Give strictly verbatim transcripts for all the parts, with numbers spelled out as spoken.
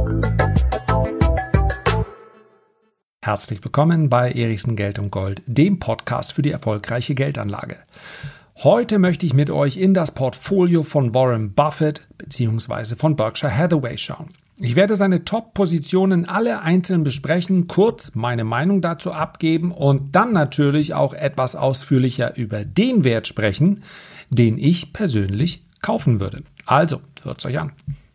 Herzlich willkommen bei Erichsen Geld und Gold, dem Podcast für die erfolgreiche Geldanlage. Heute möchte ich mit euch in das Portfolio von Warren Buffett bzw. von Berkshire Hathaway schauen. Ich werde seine Top-Positionen alle einzeln besprechen, kurz meine Meinung dazu abgeben und dann natürlich auch etwas ausführlicher über den Wert sprechen, den ich persönlich kaufen würde. Also, hört's euch an.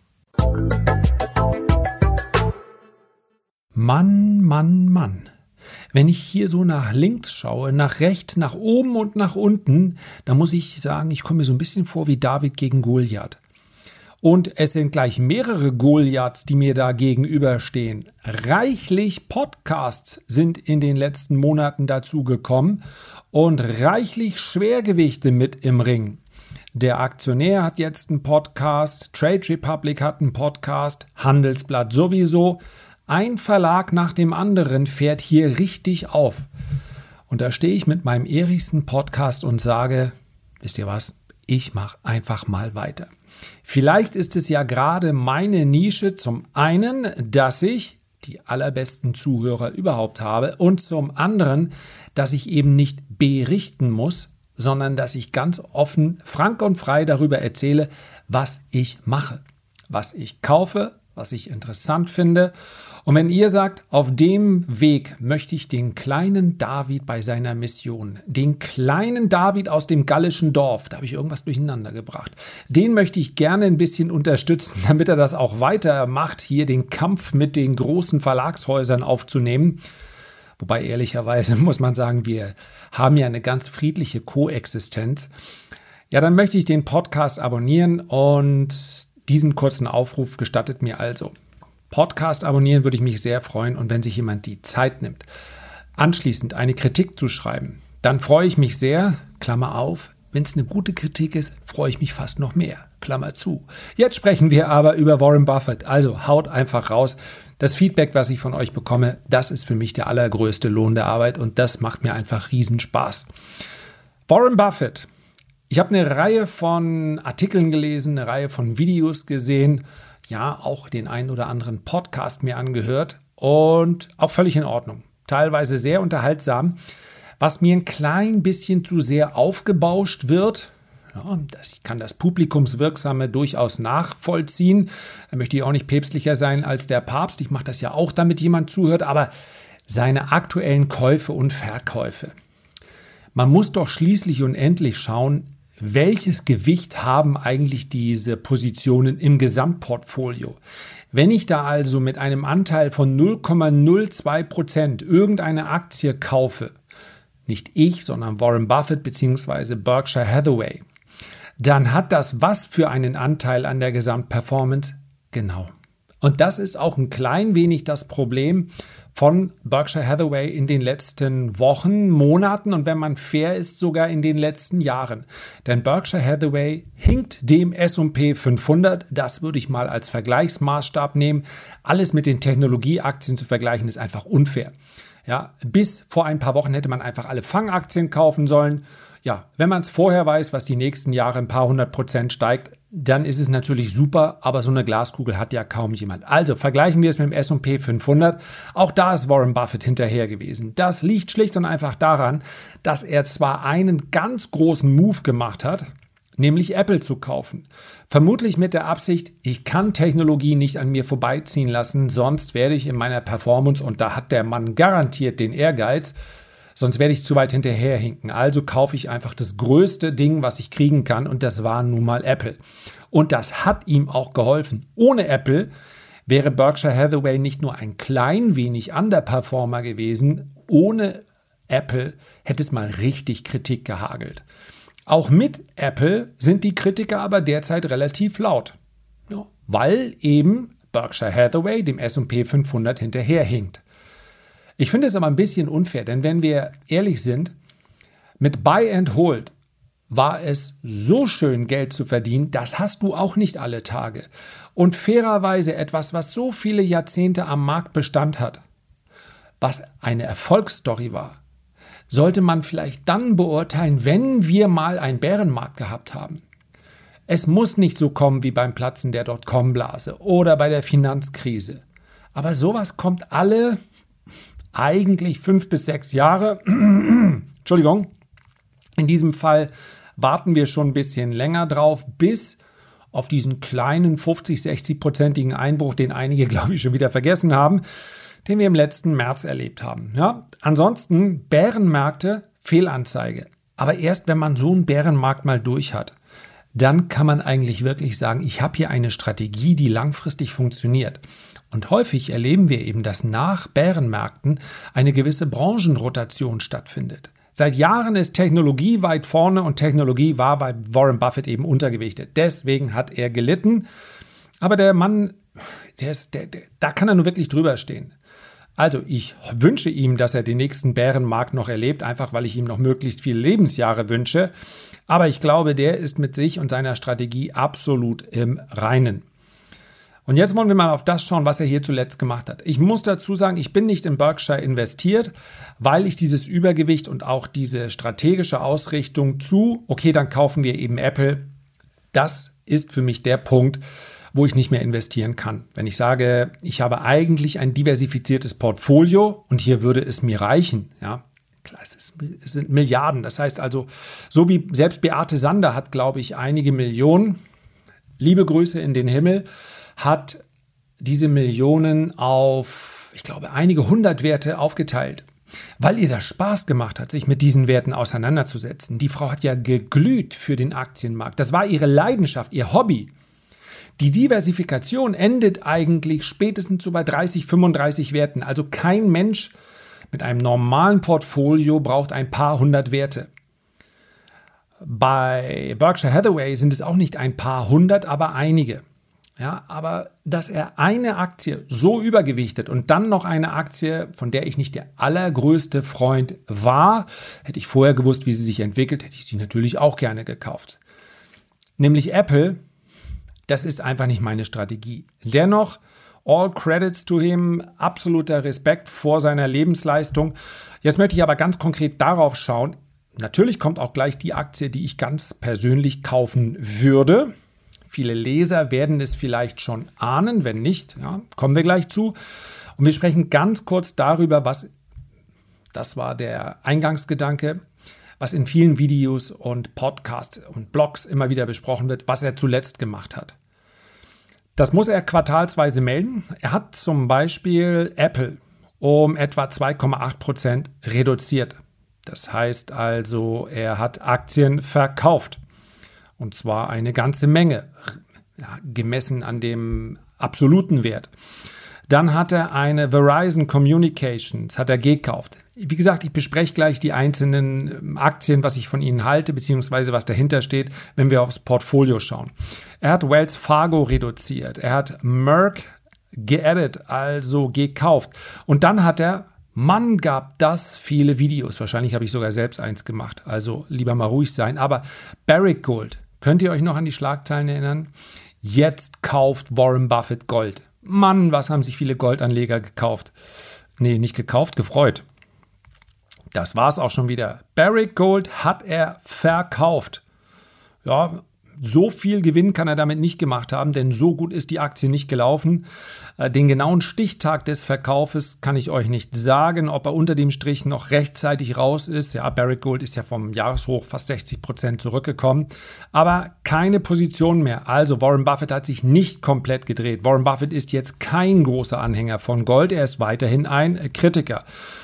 Mann, Mann, Mann. Wenn ich hier so nach links schaue, nach rechts, nach oben und nach unten, dann muss ich sagen, ich komme mir so ein bisschen vor wie David gegen Goliath. Und es sind gleich mehrere Goliaths, die mir da gegenüberstehen. Reichlich Podcasts sind in den letzten Monaten dazugekommen und reichlich Schwergewichte mit im Ring. Der Aktionär hat jetzt einen Podcast, Trade Republic hat einen Podcast, Handelsblatt sowieso. Ein Verlag nach dem anderen fährt hier richtig auf. Und da stehe ich mit meinem Erichsen Podcast und sage, wisst ihr was, ich mache einfach mal weiter. Vielleicht ist es ja gerade meine Nische zum einen, dass ich die allerbesten Zuhörer überhaupt habe und zum anderen, dass ich eben nicht berichten muss, sondern dass ich ganz offen, frank und frei darüber erzähle, was ich mache, was ich kaufe, was ich interessant finde. Und wenn ihr sagt, auf dem Weg möchte ich den kleinen David bei seiner Mission, den kleinen David aus dem gallischen Dorf, da habe ich irgendwas durcheinander gebracht, den möchte ich gerne ein bisschen unterstützen, damit er das auch weitermacht, hier den Kampf mit den großen Verlagshäusern aufzunehmen. Wobei ehrlicherweise muss man sagen, wir haben ja eine ganz friedliche Koexistenz. Ja, dann möchte ich den Podcast abonnieren und diesen kurzen Aufruf gestattet mir also. Podcast abonnieren würde ich mich sehr freuen und wenn sich jemand die Zeit nimmt, anschließend eine Kritik zu schreiben, dann freue ich mich sehr, Klammer auf, wenn es eine gute Kritik ist, freue ich mich fast noch mehr, Klammer zu. Jetzt sprechen wir aber über Warren Buffett, also haut einfach raus. Das Feedback, was ich von euch bekomme, das ist für mich der allergrößte Lohn der Arbeit und das macht mir einfach riesen Spaß. Warren Buffett. Ich habe eine Reihe von Artikeln gelesen, eine Reihe von Videos gesehen, ja, auch den einen oder anderen Podcast mir angehört und auch völlig in Ordnung. Teilweise sehr unterhaltsam. Was mir ein klein bisschen zu sehr aufgebauscht wird, ja, das, ich kann das Publikumswirksame durchaus nachvollziehen. Da möchte ich auch nicht päpstlicher sein als der Papst. Ich mache das ja auch, damit jemand zuhört, aber seine aktuellen Käufe und Verkäufe. Man muss doch schließlich und endlich schauen, welches Gewicht haben eigentlich diese Positionen im Gesamtportfolio? Wenn ich da also mit einem Anteil von null Komma null zwei Prozent irgendeine Aktie kaufe, nicht ich, sondern Warren Buffett bzw. Berkshire Hathaway, dann hat das was für einen Anteil an der Gesamtperformance? Genau. Und das ist auch ein klein wenig das Problem von Berkshire Hathaway in den letzten Wochen, Monaten und wenn man fair ist, sogar in den letzten Jahren. Denn Berkshire Hathaway hinkt dem S und P fünfhundert, das würde ich mal als Vergleichsmaßstab nehmen. Alles mit den Technologieaktien zu vergleichen, ist einfach unfair. Ja, bis vor ein paar Wochen hätte man einfach alle Fangaktien kaufen sollen. Ja, wenn man es vorher weiß, was die nächsten Jahre ein paar hundert Prozent steigt, dann ist es natürlich super, aber so eine Glaskugel hat ja kaum jemand. Also vergleichen wir es mit dem S und P fünfhundert. Auch da ist Warren Buffett hinterher gewesen. Das liegt schlicht und einfach daran, dass er zwar einen ganz großen Move gemacht hat, nämlich Apple zu kaufen. Vermutlich mit der Absicht, ich kann Technologie nicht an mir vorbeiziehen lassen, sonst werde ich in meiner Performance, und da hat der Mann garantiert den Ehrgeiz, sonst werde ich zu weit hinterherhinken. Also kaufe ich einfach das größte Ding, was ich kriegen kann. Und das war nun mal Apple. Und das hat ihm auch geholfen. Ohne Apple wäre Berkshire Hathaway nicht nur ein klein wenig Underperformer gewesen. Ohne Apple hätte es mal richtig Kritik gehagelt. Auch mit Apple sind die Kritiker aber derzeit relativ laut. Ja, weil eben Berkshire Hathaway dem S und P fünfhundert hinterherhinkt. Ich finde es aber ein bisschen unfair, denn wenn wir ehrlich sind, mit Buy and Hold war es so schön, Geld zu verdienen, das hast du auch nicht alle Tage. Und fairerweise etwas, was so viele Jahrzehnte am Markt Bestand hat, was eine Erfolgsstory war, sollte man vielleicht dann beurteilen, wenn wir mal einen Bärenmarkt gehabt haben. Es muss nicht so kommen wie beim Platzen der Dotcom-Blase oder bei der Finanzkrise. Aber sowas kommt alle eigentlich fünf bis sechs Jahre. Entschuldigung. In diesem Fall warten wir schon ein bisschen länger drauf, bis auf diesen kleinen fünfzig, sechzig-prozentigen Einbruch, den einige, glaube ich, schon wieder vergessen haben, den wir im letzten März erlebt haben. Ja? Ansonsten Bärenmärkte, Fehlanzeige. Aber erst, wenn man so einen Bärenmarkt mal durch hat, dann kann man eigentlich wirklich sagen, ich habe hier eine Strategie, die langfristig funktioniert. Und häufig erleben wir eben, dass nach Bärenmärkten eine gewisse Branchenrotation stattfindet. Seit Jahren ist Technologie weit vorne und Technologie war bei Warren Buffett eben untergewichtet. Deswegen hat er gelitten. Aber der Mann, der ist, der, der, da kann er nur wirklich drüber stehen. Also ich wünsche ihm, dass er den nächsten Bärenmarkt noch erlebt, einfach weil ich ihm noch möglichst viele Lebensjahre wünsche. Aber ich glaube, der ist mit sich und seiner Strategie absolut im Reinen. Und jetzt wollen wir mal auf das schauen, was er hier zuletzt gemacht hat. Ich muss dazu sagen, ich bin nicht in Berkshire investiert, weil ich dieses Übergewicht und auch diese strategische Ausrichtung zu, okay, dann kaufen wir eben Apple, das ist für mich der Punkt, wo ich nicht mehr investieren kann. Wenn ich sage, ich habe eigentlich ein diversifiziertes Portfolio und hier würde es mir reichen, ja, klar, es, ist, es sind Milliarden. Das heißt also, so wie selbst Beate Sander hat, glaube ich, einige Millionen, liebe Grüße in den Himmel, hat diese Millionen auf, ich glaube, einige hundert Werte aufgeteilt, weil ihr das Spaß gemacht hat, sich mit diesen Werten auseinanderzusetzen. Die Frau hat ja geglüht für den Aktienmarkt. Das war ihre Leidenschaft, ihr Hobby. Die Diversifikation endet eigentlich spätestens so bei dreißig, fünfunddreißig Werten. Also kein Mensch mit einem normalen Portfolio braucht ein paar hundert Werte. Bei Berkshire Hathaway sind es auch nicht ein paar hundert, aber einige. Ja, aber dass er eine Aktie so übergewichtet und dann noch eine Aktie, von der ich nicht der allergrößte Freund war, hätte ich vorher gewusst, wie sie sich entwickelt, hätte ich sie natürlich auch gerne gekauft. Nämlich Apple, das ist einfach nicht meine Strategie. Dennoch, all credits to him, absoluter Respekt vor seiner Lebensleistung. Jetzt möchte ich aber ganz konkret darauf schauen. Natürlich kommt auch gleich die Aktie, die ich ganz persönlich kaufen würde. Viele Leser werden es vielleicht schon ahnen, wenn nicht, ja, kommen wir gleich zu. Und wir sprechen ganz kurz darüber, was, das war der Eingangsgedanke, was in vielen Videos und Podcasts und Blogs immer wieder besprochen wird, was er zuletzt gemacht hat. Das muss er quartalsweise melden. Er hat zum Beispiel Apple um etwa zwei Komma acht Prozent reduziert. Das heißt also, er hat Aktien verkauft. Und zwar eine ganze Menge, ja, gemessen an dem absoluten Wert. Dann hat er eine Verizon Communications, hat er gekauft. Wie gesagt, ich bespreche gleich die einzelnen Aktien, was ich von ihnen halte, beziehungsweise was dahinter steht, wenn wir aufs Portfolio schauen. Er hat Wells Fargo reduziert, er hat Merck geaddet, also gekauft. Und dann hat er, Mann, gab das viele Videos. Wahrscheinlich habe ich sogar selbst eins gemacht, also lieber mal ruhig sein. Aber Barrick Gold, könnt ihr euch noch an die Schlagzeilen erinnern? Jetzt kauft Warren Buffett Gold. Mann, was haben sich viele Goldanleger gekauft? Nee, nicht gekauft, gefreut. Das war es auch schon wieder. Barrick Gold hat er verkauft. Ja, so viel Gewinn kann er damit nicht gemacht haben, denn so gut ist die Aktie nicht gelaufen. Den genauen Stichtag des Verkaufes kann ich euch nicht sagen, ob er unter dem Strich noch rechtzeitig raus ist. Ja, Barrick Gold ist ja vom Jahreshoch fast sechzig Prozent zurückgekommen, aber keine Position mehr. Also Warren Buffett hat sich nicht komplett gedreht. Warren Buffett ist jetzt kein großer Anhänger von Gold, er ist weiterhin ein Kritiker.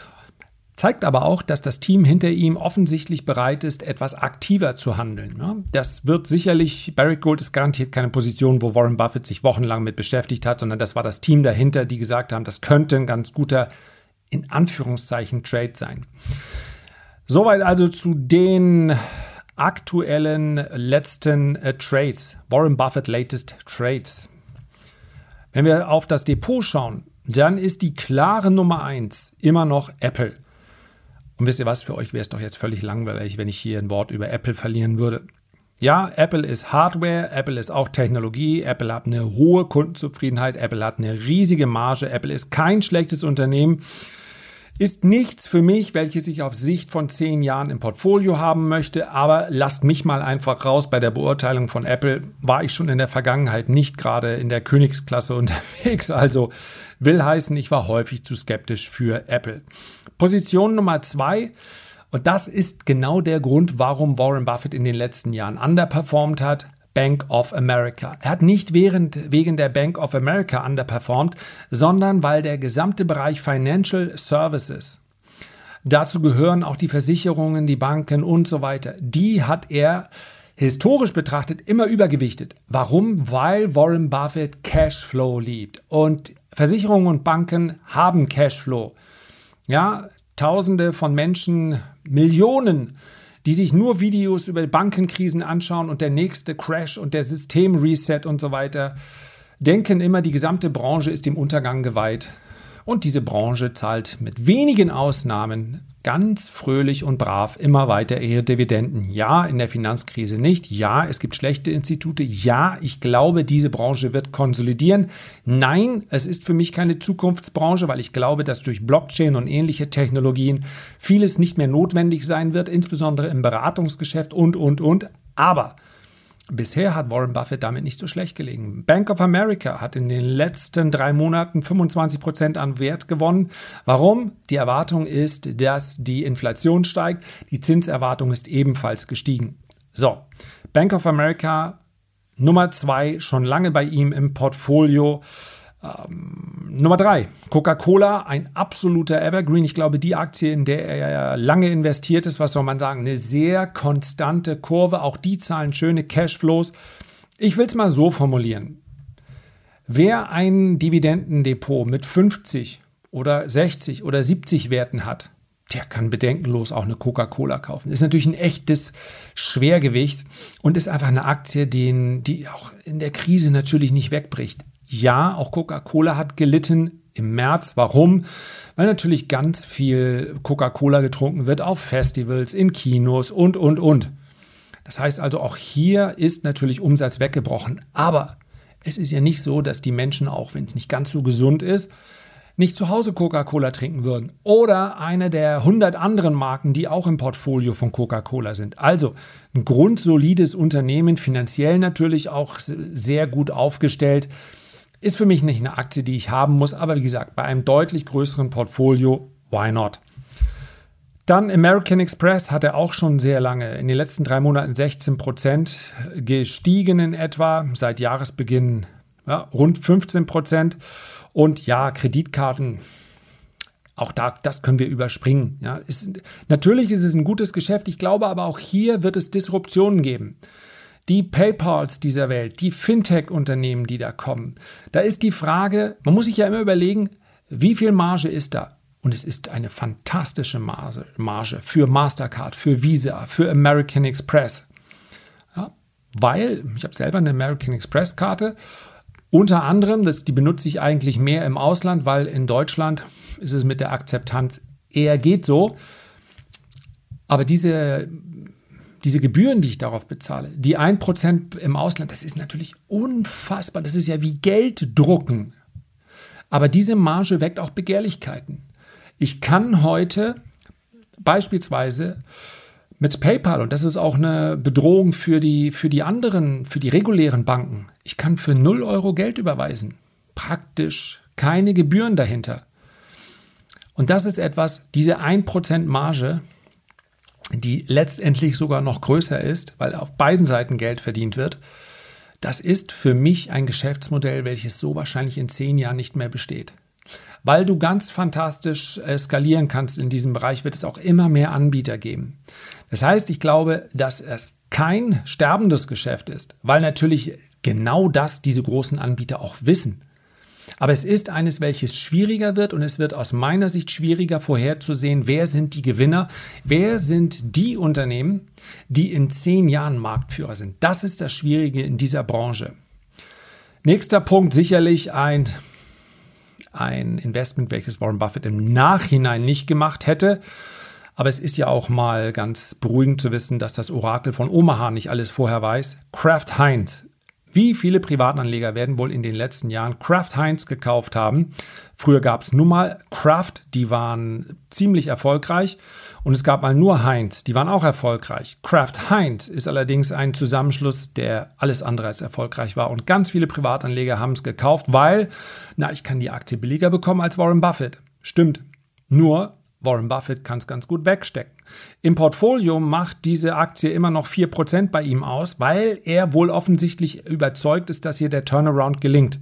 Zeigt aber auch, dass das Team hinter ihm offensichtlich bereit ist, etwas aktiver zu handeln. Das wird sicherlich, Barrick Gold ist garantiert keine Position, wo Warren Buffett sich wochenlang mit beschäftigt hat, sondern das war das Team dahinter, die gesagt haben, das könnte ein ganz guter, in Anführungszeichen, Trade sein. Soweit also zu den aktuellen letzten äh, Trades, Warren Buffett latest Trades. Wenn wir auf das Depot schauen, dann ist die klare Nummer eins immer noch Apple. Und wisst ihr was, für euch wäre es doch jetzt völlig langweilig, wenn ich hier ein Wort über Apple verlieren würde. Ja, Apple ist Hardware, Apple ist auch Technologie, Apple hat eine hohe Kundenzufriedenheit, Apple hat eine riesige Marge, Apple ist kein schlechtes Unternehmen. Ist nichts für mich, welches ich auf Sicht von zehn Jahren im Portfolio haben möchte, aber lasst mich mal einfach raus. Bei der Beurteilung von Apple war ich schon in der Vergangenheit nicht gerade in der Königsklasse unterwegs, also will heißen, ich war häufig zu skeptisch für Apple. Position Nummer zwei, und das ist genau der Grund, warum Warren Buffett in den letzten Jahren underperformed hat, Bank of America. Er hat nicht während, wegen der Bank of America underperformed, sondern weil der gesamte Bereich Financial Services, dazu gehören auch die Versicherungen, die Banken und so weiter, die hat er historisch betrachtet immer übergewichtet. Warum? Weil Warren Buffett Cashflow liebt. Und Versicherungen und Banken haben Cashflow. Ja, Tausende von Menschen, Millionen, die sich nur Videos über Bankenkrisen anschauen und der nächste Crash und der Systemreset und so weiter, denken immer, die gesamte Branche ist dem Untergang geweiht. Und diese Branche zahlt mit wenigen Ausnahmen ganz fröhlich und brav immer weiter ihre Dividenden. Ja, in der Finanzkrise nicht. Ja, es gibt schlechte Institute. Ja, ich glaube, diese Branche wird konsolidieren. Nein, es ist für mich keine Zukunftsbranche, weil ich glaube, dass durch Blockchain und ähnliche Technologien vieles nicht mehr notwendig sein wird, insbesondere im Beratungsgeschäft und, und, und. Aber bisher hat Warren Buffett damit nicht so schlecht gelegen. Bank of America hat in den letzten drei Monaten fünfundzwanzig Prozent an Wert gewonnen. Warum? Die Erwartung ist, dass die Inflation steigt. Die Zinserwartung ist ebenfalls gestiegen. So, Bank of America Nummer zwei, schon lange bei ihm im Portfolio. Ähm, Nummer drei, Coca-Cola, ein absoluter Evergreen. Ich glaube, die Aktie, in der er lange investiert ist, was soll man sagen, eine sehr konstante Kurve. Auch die zahlen schöne Cashflows. Ich will es mal so formulieren. Wer ein Dividendendepot mit fünfzig oder sechzig oder siebzig Werten hat, der kann bedenkenlos auch eine Coca-Cola kaufen. Ist natürlich ein echtes Schwergewicht und ist einfach eine Aktie, die, die auch in der Krise natürlich nicht wegbricht. Ja, auch Coca-Cola hat gelitten im März. Warum? Weil natürlich ganz viel Coca-Cola getrunken wird auf Festivals, in Kinos und, und, und. Das heißt also, auch hier ist natürlich Umsatz weggebrochen. Aber es ist ja nicht so, dass die Menschen, auch wenn es nicht ganz so gesund ist, nicht zu Hause Coca-Cola trinken würden. Oder eine der hundert anderen Marken, die auch im Portfolio von Coca-Cola sind. Also ein grundsolides Unternehmen, finanziell natürlich auch sehr gut aufgestellt. Ist für mich nicht eine Aktie, die ich haben muss, aber wie gesagt, bei einem deutlich größeren Portfolio, why not? Dann American Express hat er auch schon sehr lange, in den letzten drei Monaten sechzehn Prozent gestiegen in etwa, seit Jahresbeginn ja, rund fünfzehn Prozent. Und ja, Kreditkarten, auch da, das können wir überspringen. Ja, ist, natürlich ist es ein gutes Geschäft, ich glaube aber auch hier wird es Disruptionen geben. Die PayPals dieser Welt, die Fintech-Unternehmen, die da kommen. Da ist die Frage, man muss sich ja immer überlegen, wie viel Marge ist da? Und es ist eine fantastische Marge, Marge für Mastercard, für Visa, für American Express. Ja, weil, ich habe selber eine American Express-Karte, unter anderem, das, die benutze ich eigentlich mehr im Ausland, weil in Deutschland ist es mit der Akzeptanz eher geht so. Aber diese... Diese Gebühren, die ich darauf bezahle, die ein Prozent im Ausland, das ist natürlich unfassbar. Das ist ja wie Geld drucken. Aber diese Marge weckt auch Begehrlichkeiten. Ich kann heute beispielsweise mit PayPal, und das ist auch eine Bedrohung für die, für die anderen, für die regulären Banken, ich kann für null Euro Geld überweisen. Praktisch keine Gebühren dahinter. Und das ist etwas, diese ein Prozent Marge, die letztendlich sogar noch größer ist, weil auf beiden Seiten Geld verdient wird, das ist für mich ein Geschäftsmodell, welches so wahrscheinlich in zehn Jahren nicht mehr besteht. Weil du ganz fantastisch äh, skalieren kannst in diesem Bereich, wird es auch immer mehr Anbieter geben. Das heißt, ich glaube, dass es kein sterbendes Geschäft ist, weil natürlich genau das diese großen Anbieter auch wissen. Aber es ist eines, welches schwieriger wird und es wird aus meiner Sicht schwieriger vorherzusehen, wer sind die Gewinner, wer sind die Unternehmen, die in zehn Jahren Marktführer sind. Das ist das Schwierige in dieser Branche. Nächster Punkt, sicherlich ein, ein Investment, welches Warren Buffett im Nachhinein nicht gemacht hätte. Aber es ist ja auch mal ganz beruhigend zu wissen, dass das Orakel von Omaha nicht alles vorher weiß. Kraft Heinz. Wie viele Privatanleger werden wohl in den letzten Jahren Kraft Heinz gekauft haben? Früher gab es nur mal Kraft, die waren ziemlich erfolgreich. Und es gab mal nur Heinz, die waren auch erfolgreich. Kraft Heinz ist allerdings ein Zusammenschluss, der alles andere als erfolgreich war. Und ganz viele Privatanleger haben es gekauft, weil, na, ich kann die Aktie billiger bekommen als Warren Buffett. Stimmt. Nur Warren Buffett kann es ganz gut wegstecken. Im Portfolio macht diese Aktie immer noch vier Prozent bei ihm aus, weil er wohl offensichtlich überzeugt ist, dass hier der Turnaround gelingt.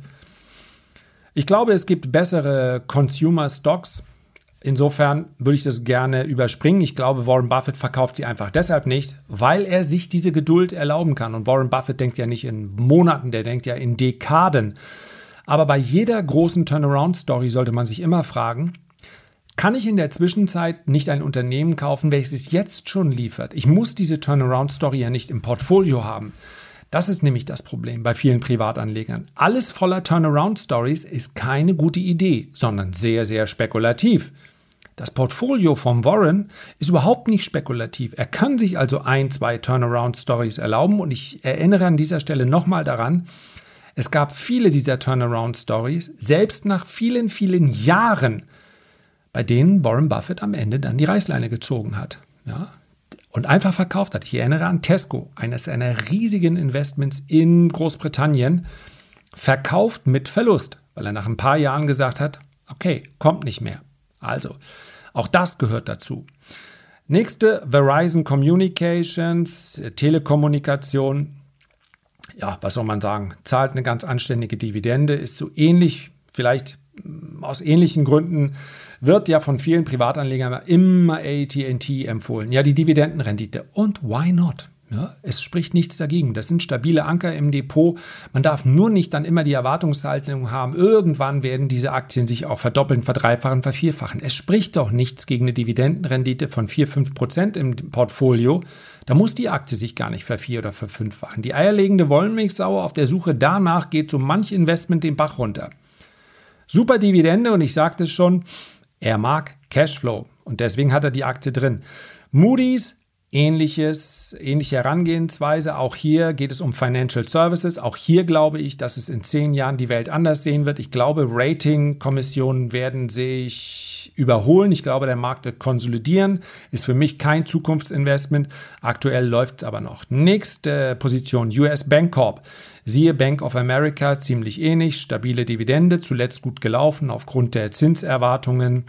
Ich glaube, es gibt bessere Consumer Stocks. Insofern würde ich das gerne überspringen. Ich glaube, Warren Buffett verkauft sie einfach deshalb nicht, weil er sich diese Geduld erlauben kann. Und Warren Buffett denkt ja nicht in Monaten, der denkt ja in Dekaden. Aber bei jeder großen Turnaround-Story sollte man sich immer fragen, kann ich in der Zwischenzeit nicht ein Unternehmen kaufen, welches jetzt schon liefert? Ich muss diese Turnaround-Story ja nicht im Portfolio haben. Das ist nämlich das Problem bei vielen Privatanlegern. Alles voller Turnaround-Stories ist keine gute Idee, sondern sehr, sehr spekulativ. Das Portfolio von Warren ist überhaupt nicht spekulativ. Er kann sich also ein, zwei Turnaround-Stories erlauben. Und ich erinnere an dieser Stelle nochmal daran, es gab viele dieser Turnaround-Stories, selbst nach vielen, vielen Jahren, bei denen Warren Buffett am Ende dann die Reißleine gezogen hat. Ja, und einfach verkauft hat. Ich erinnere an Tesco, eines seiner riesigen Investments in Großbritannien, verkauft mit Verlust, weil er nach ein paar Jahren gesagt hat, okay, kommt nicht mehr. Also, auch das gehört dazu. Nächste, Verizon Communications, Telekommunikation. Ja, was soll man sagen? Zahlt eine ganz anständige Dividende, ist so ähnlich, vielleicht aus ähnlichen Gründen, wird ja von vielen Privatanlegern immer A T and T empfohlen. Ja, die Dividendenrendite. Und why not? Ja, es spricht nichts dagegen. Das sind stabile Anker im Depot. Man darf nur nicht dann immer die Erwartungshaltung haben, irgendwann werden diese Aktien sich auch verdoppeln, verdreifachen, vervierfachen. Es spricht doch nichts gegen eine Dividendenrendite von vier bis fünf Prozent im Portfolio. Da muss die Aktie sich gar nicht vervier- oder verfünffachen. Die eierlegende Wollmilchsau auf der Suche danach geht so manch Investment den Bach runter. Super Dividende und ich sagte es schon, er mag Cashflow und deswegen hat er die Aktie drin. Moody's, ähnliches, ähnliche Herangehensweise. Auch hier geht es um Financial Services. Auch hier glaube ich, dass es in zehn Jahren die Welt anders sehen wird. Ich glaube, Ratingkommissionen werden sich überholen. Ich glaube, der Markt wird konsolidieren. Ist für mich kein Zukunftsinvestment. Aktuell läuft es aber noch. Nächste Position, U S Bancorp. Siehe Bank of America, ziemlich ähnlich, stabile Dividende, zuletzt gut gelaufen aufgrund der Zinserwartungen.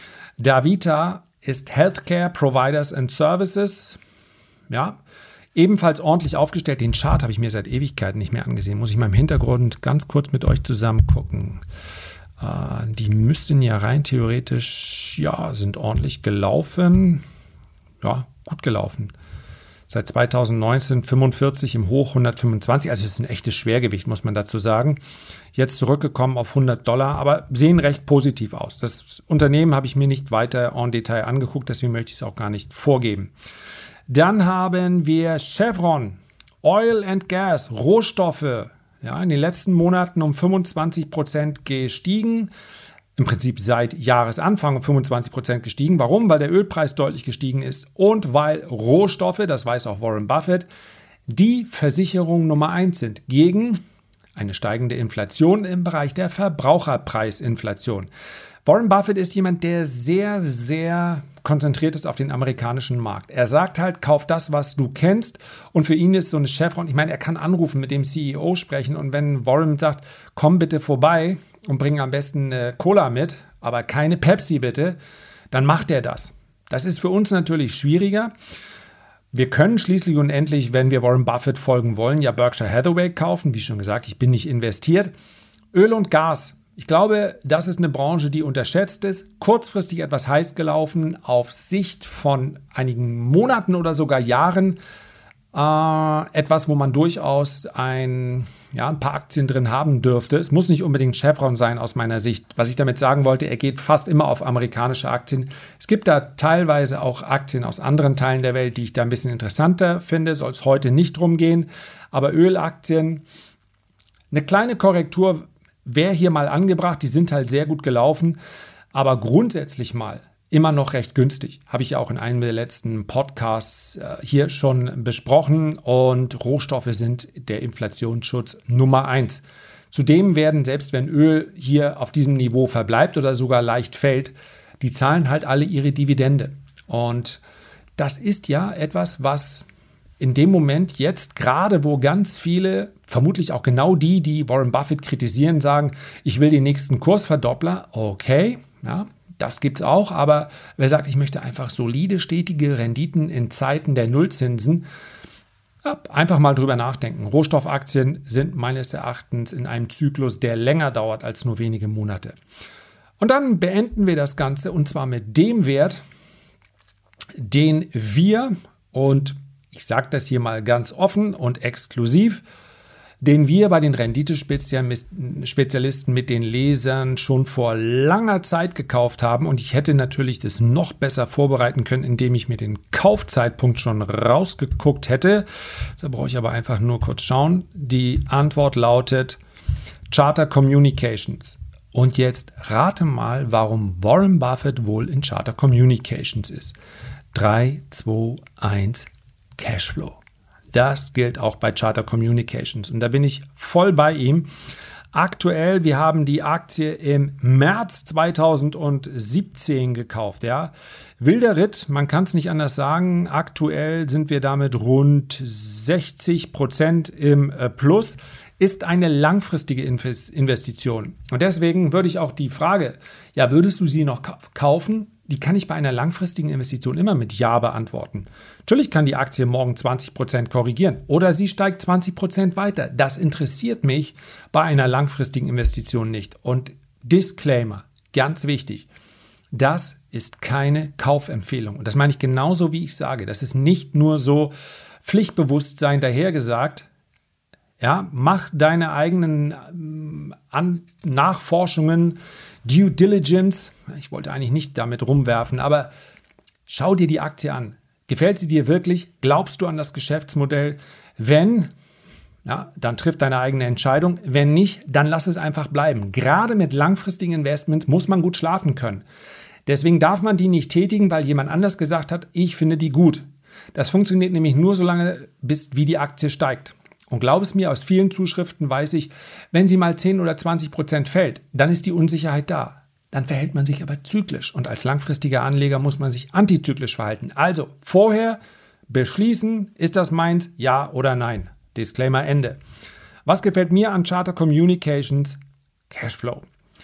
Davita ist Healthcare Providers and Services, ja, ebenfalls ordentlich aufgestellt. Den Chart habe ich mir seit Ewigkeiten nicht mehr angesehen, muss ich mal im Hintergrund ganz kurz mit euch zusammen gucken. Äh, die müssten ja rein theoretisch, ja, sind ordentlich gelaufen, ja, gut gelaufen. Seit zweitausendneunzehn fünfundvierzig im Hoch hundertfünfundzwanzig, also es ist ein echtes Schwergewicht, muss man dazu sagen. Jetzt zurückgekommen auf hundert Dollar, aber sehen recht positiv aus. Das Unternehmen habe ich mir nicht weiter en Detail angeguckt, deswegen möchte ich es auch gar nicht vorgeben. Dann haben wir Chevron, Oil and Gas, Rohstoffe, ja, in den letzten Monaten um fünfundzwanzig Prozent gestiegen. Im Prinzip seit Jahresanfang um fünfundzwanzig Prozent gestiegen. Warum? Weil der Ölpreis deutlich gestiegen ist und weil Rohstoffe, das weiß auch Warren Buffett, die Versicherung Nummer eins sind gegen eine steigende Inflation im Bereich der Verbraucherpreisinflation. Warren Buffett ist jemand, der sehr, sehr konzentriert ist auf den amerikanischen Markt. Er sagt halt, kauf das, was du kennst. Und für ihn ist so eine Chevron, ich meine, er kann anrufen, mit dem C E O sprechen. Und wenn Warren sagt, komm bitte vorbei und bring am besten eine Cola mit, aber keine Pepsi bitte, dann macht er das. Das ist für uns natürlich schwieriger. Wir können schließlich und endlich, wenn wir Warren Buffett folgen wollen, ja Berkshire Hathaway kaufen. Wie schon gesagt, ich bin nicht investiert. Öl und Gas. Ich glaube, das ist eine Branche, die unterschätzt ist, kurzfristig etwas heiß gelaufen, auf Sicht von einigen Monaten oder sogar Jahren äh, etwas, wo man durchaus ein, ja, ein paar Aktien drin haben dürfte. Es muss nicht unbedingt Chevron sein aus meiner Sicht. Was ich damit sagen wollte, er geht fast immer auf amerikanische Aktien. Es gibt da teilweise auch Aktien aus anderen Teilen der Welt, die ich da ein bisschen interessanter finde, soll es heute nicht drum gehen. Aber Ölaktien, eine kleine Korrektur wäre hier mal angebracht, die sind halt sehr gut gelaufen, aber grundsätzlich mal immer noch recht günstig. Habe ich ja auch in einem der letzten Podcasts äh, hier schon besprochen. Und Rohstoffe sind der Inflationsschutz Nummer eins. Zudem werden, selbst wenn Öl hier auf diesem Niveau verbleibt oder sogar leicht fällt, die zahlen halt alle ihre Dividende. Und das ist ja etwas, was in dem Moment jetzt gerade, wo ganz viele, vermutlich auch genau die, die Warren Buffett kritisieren, sagen, ich will den nächsten Kursverdoppler, okay, ja, das gibt es auch, aber wer sagt, ich möchte einfach solide, stetige Renditen in Zeiten der Nullzinsen, ja, einfach mal drüber nachdenken. Rohstoffaktien sind meines Erachtens in einem Zyklus, der länger dauert als nur wenige Monate. Und dann beenden wir das Ganze und zwar mit dem Wert, den wir, und ich sage das hier mal ganz offen und exklusiv, den wir bei den Renditespezialisten mit den Lesern schon vor langer Zeit gekauft haben. Und ich hätte natürlich das noch besser vorbereiten können, indem ich mir den Kaufzeitpunkt schon rausgeguckt hätte. Da brauche ich aber einfach nur kurz schauen. Die Antwort lautet Charter Communications. Und jetzt rate mal, warum Warren Buffett wohl in Charter Communications ist. drei, zwei, eins, Cashflow. Das gilt auch bei Charter Communications und da bin ich voll bei ihm. Aktuell, wir haben die Aktie im März zweitausendsiebzehn gekauft. Ja. Wilder Ritt, man kann es nicht anders sagen. Aktuell sind wir damit rund sechzig Prozent im äh, Plus. Ist eine langfristige Investition. Und deswegen würde ich auch die Frage, ja, würdest du sie noch kaufen? Die kann ich bei einer langfristigen Investition immer mit Ja beantworten. Natürlich kann die Aktie morgen zwanzig Prozent korrigieren oder sie steigt zwanzig Prozent weiter. Das interessiert mich bei einer langfristigen Investition nicht. Und Disclaimer, ganz wichtig, das ist keine Kaufempfehlung. Und das meine ich genauso, wie ich sage. Das ist nicht nur so Pflichtbewusstsein dahergesagt. Ja, mach deine eigenen ähm, An- Nachforschungen, Due Diligence, ich wollte eigentlich nicht damit rumwerfen, aber schau dir die Aktie an. Gefällt sie dir wirklich? Glaubst du an das Geschäftsmodell? Wenn, ja, dann triff deine eigene Entscheidung. Wenn nicht, dann lass es einfach bleiben. Gerade mit langfristigen Investments muss man gut schlafen können. Deswegen darf man die nicht tätigen, weil jemand anders gesagt hat, ich finde die gut. Das funktioniert nämlich nur so lange, bis wie die Aktie steigt. Und glaub es mir, aus vielen Zuschriften weiß ich, wenn sie mal zehn oder zwanzig Prozent fällt, dann ist die Unsicherheit da. Dann verhält man sich aber zyklisch. Und als langfristiger Anleger muss man sich antizyklisch verhalten. Also vorher beschließen, ist das meins, ja oder nein. Disclaimer Ende. Was gefällt mir an Charter Communications? Cashflow.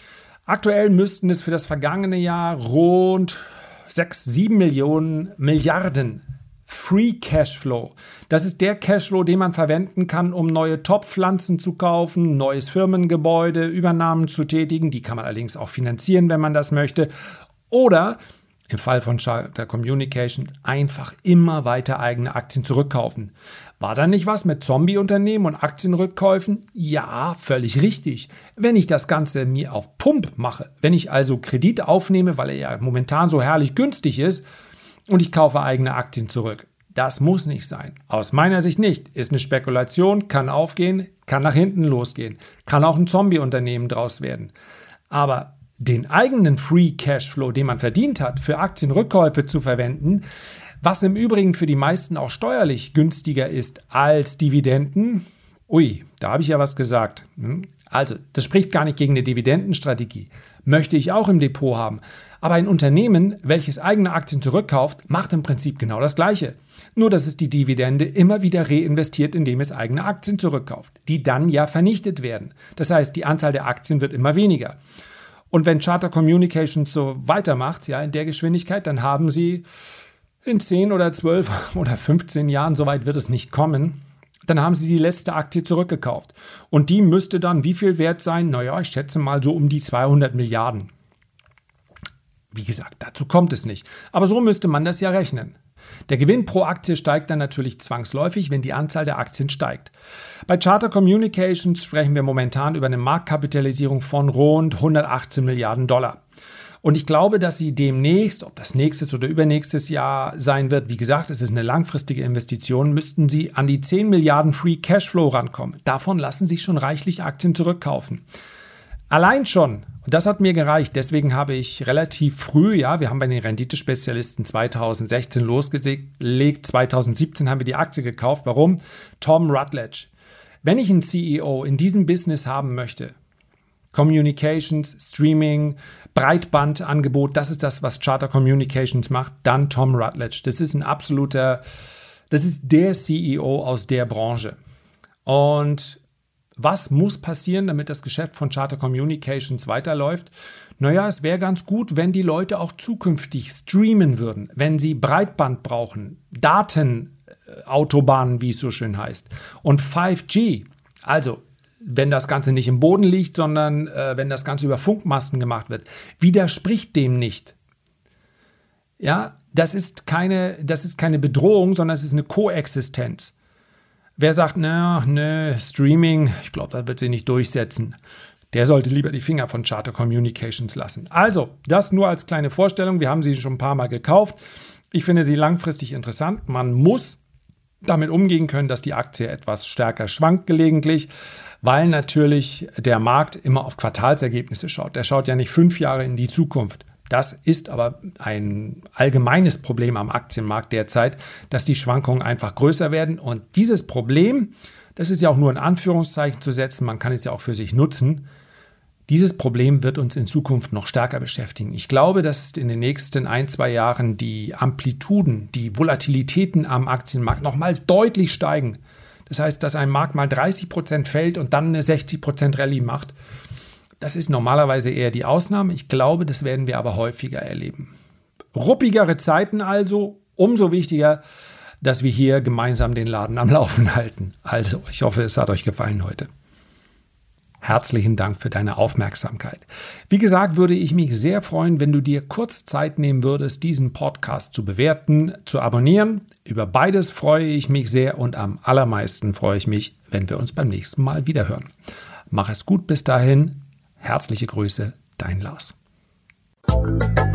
Aktuell müssten es für das vergangene Jahr rund sechs, sieben Millionen Milliarden Free Cashflow. Das ist der Cashflow, den man verwenden kann, um neue Top-Pflanzen zu kaufen, neues Firmengebäude, Übernahmen zu tätigen. Die kann man allerdings auch finanzieren, wenn man das möchte. Oder im Fall von Charter Communications einfach immer weiter eigene Aktien zurückkaufen. War da nicht was mit Zombie-Unternehmen und Aktienrückkäufen? Ja, völlig richtig. Wenn ich das Ganze mir auf Pump mache, wenn ich also Kredite aufnehme, weil er ja momentan so herrlich günstig ist, und ich kaufe eigene Aktien zurück. Das muss nicht sein. Aus meiner Sicht nicht. Ist eine Spekulation, kann aufgehen, kann nach hinten losgehen. Kann auch ein Zombie-Unternehmen draus werden. Aber den eigenen Free Cashflow, den man verdient hat, für Aktienrückkäufe zu verwenden, was im Übrigen für die meisten auch steuerlich günstiger ist als Dividenden, ui, da habe ich ja was gesagt. Also, das spricht gar nicht gegen eine Dividendenstrategie. Möchte ich auch im Depot haben. Aber ein Unternehmen, welches eigene Aktien zurückkauft, macht im Prinzip genau das Gleiche. Nur, dass es die Dividende immer wieder reinvestiert, indem es eigene Aktien zurückkauft, die dann ja vernichtet werden. Das heißt, die Anzahl der Aktien wird immer weniger. Und wenn Charter Communications so weitermacht, ja, in der Geschwindigkeit, dann haben sie in zehn oder zwölf oder fünfzehn Jahren, soweit wird es nicht kommen, dann haben sie die letzte Aktie zurückgekauft. Und die müsste dann wie viel wert sein? Naja, ich schätze mal so um die zweihundert Milliarden. Wie gesagt, dazu kommt es nicht. Aber so müsste man das ja rechnen. Der Gewinn pro Aktie steigt dann natürlich zwangsläufig, wenn die Anzahl der Aktien steigt. Bei Charter Communications sprechen wir momentan über eine Marktkapitalisierung von rund hundertachtzehn Milliarden Dollar. Und ich glaube, dass sie demnächst, ob das nächstes oder übernächstes Jahr sein wird, wie gesagt, es ist eine langfristige Investition, müssten sie an die zehn Milliarden Free Cashflow rankommen. Davon lassen sich schon reichlich Aktien zurückkaufen. Allein schon, und das hat mir gereicht, deswegen habe ich relativ früh, ja, wir haben bei den Renditespezialisten zweitausendsechzehn losgelegt, zweitausendsiebzehn haben wir die Aktie gekauft. Warum? Tom Rutledge. Wenn ich einen C E O in diesem Business haben möchte, Communications, Streaming, Breitbandangebot, das ist das, was Charter Communications macht, dann Tom Rutledge. Das ist ein absoluter, das ist der C E O aus der Branche. Und was muss passieren, damit das Geschäft von Charter Communications weiterläuft? Naja, es wäre ganz gut, wenn die Leute auch zukünftig streamen würden, wenn sie Breitband brauchen, Datenautobahnen, wie es so schön heißt, und fünf G, also wenn das Ganze nicht im Boden liegt, sondern äh, wenn das Ganze über Funkmasten gemacht wird, widerspricht dem nicht. Ja, das ist keine, das ist keine Bedrohung, sondern es ist eine Koexistenz. Wer sagt, na, ne, Streaming, ich glaube, das wird sie nicht durchsetzen, der sollte lieber die Finger von Charter Communications lassen. Also, das nur als kleine Vorstellung. Wir haben sie schon ein paar Mal gekauft. Ich finde sie langfristig interessant. Man muss damit umgehen können, dass die Aktie etwas stärker schwankt gelegentlich, weil natürlich der Markt immer auf Quartalsergebnisse schaut. Der schaut ja nicht fünf Jahre in die Zukunft. Das ist aber ein allgemeines Problem am Aktienmarkt derzeit, dass die Schwankungen einfach größer werden. Und dieses Problem, das ist ja auch nur in Anführungszeichen zu setzen, man kann es ja auch für sich nutzen, dieses Problem wird uns in Zukunft noch stärker beschäftigen. Ich glaube, dass in den nächsten ein, zwei Jahren die Amplituden, die Volatilitäten am Aktienmarkt nochmal deutlich steigen. Das heißt, dass ein Markt mal dreißig Prozent fällt und dann eine sechzig Prozent Rallye macht. Das ist normalerweise eher die Ausnahme. Ich glaube, das werden wir aber häufiger erleben. Ruppigere Zeiten also, umso wichtiger, dass wir hier gemeinsam den Laden am Laufen halten. Also, ich hoffe, es hat euch gefallen heute. Herzlichen Dank für deine Aufmerksamkeit. Wie gesagt, würde ich mich sehr freuen, wenn du dir kurz Zeit nehmen würdest, diesen Podcast zu bewerten, zu abonnieren. Über beides freue ich mich sehr und am allermeisten freue ich mich, wenn wir uns beim nächsten Mal wiederhören. Mach es gut bis dahin. Herzliche Grüße, dein Lars.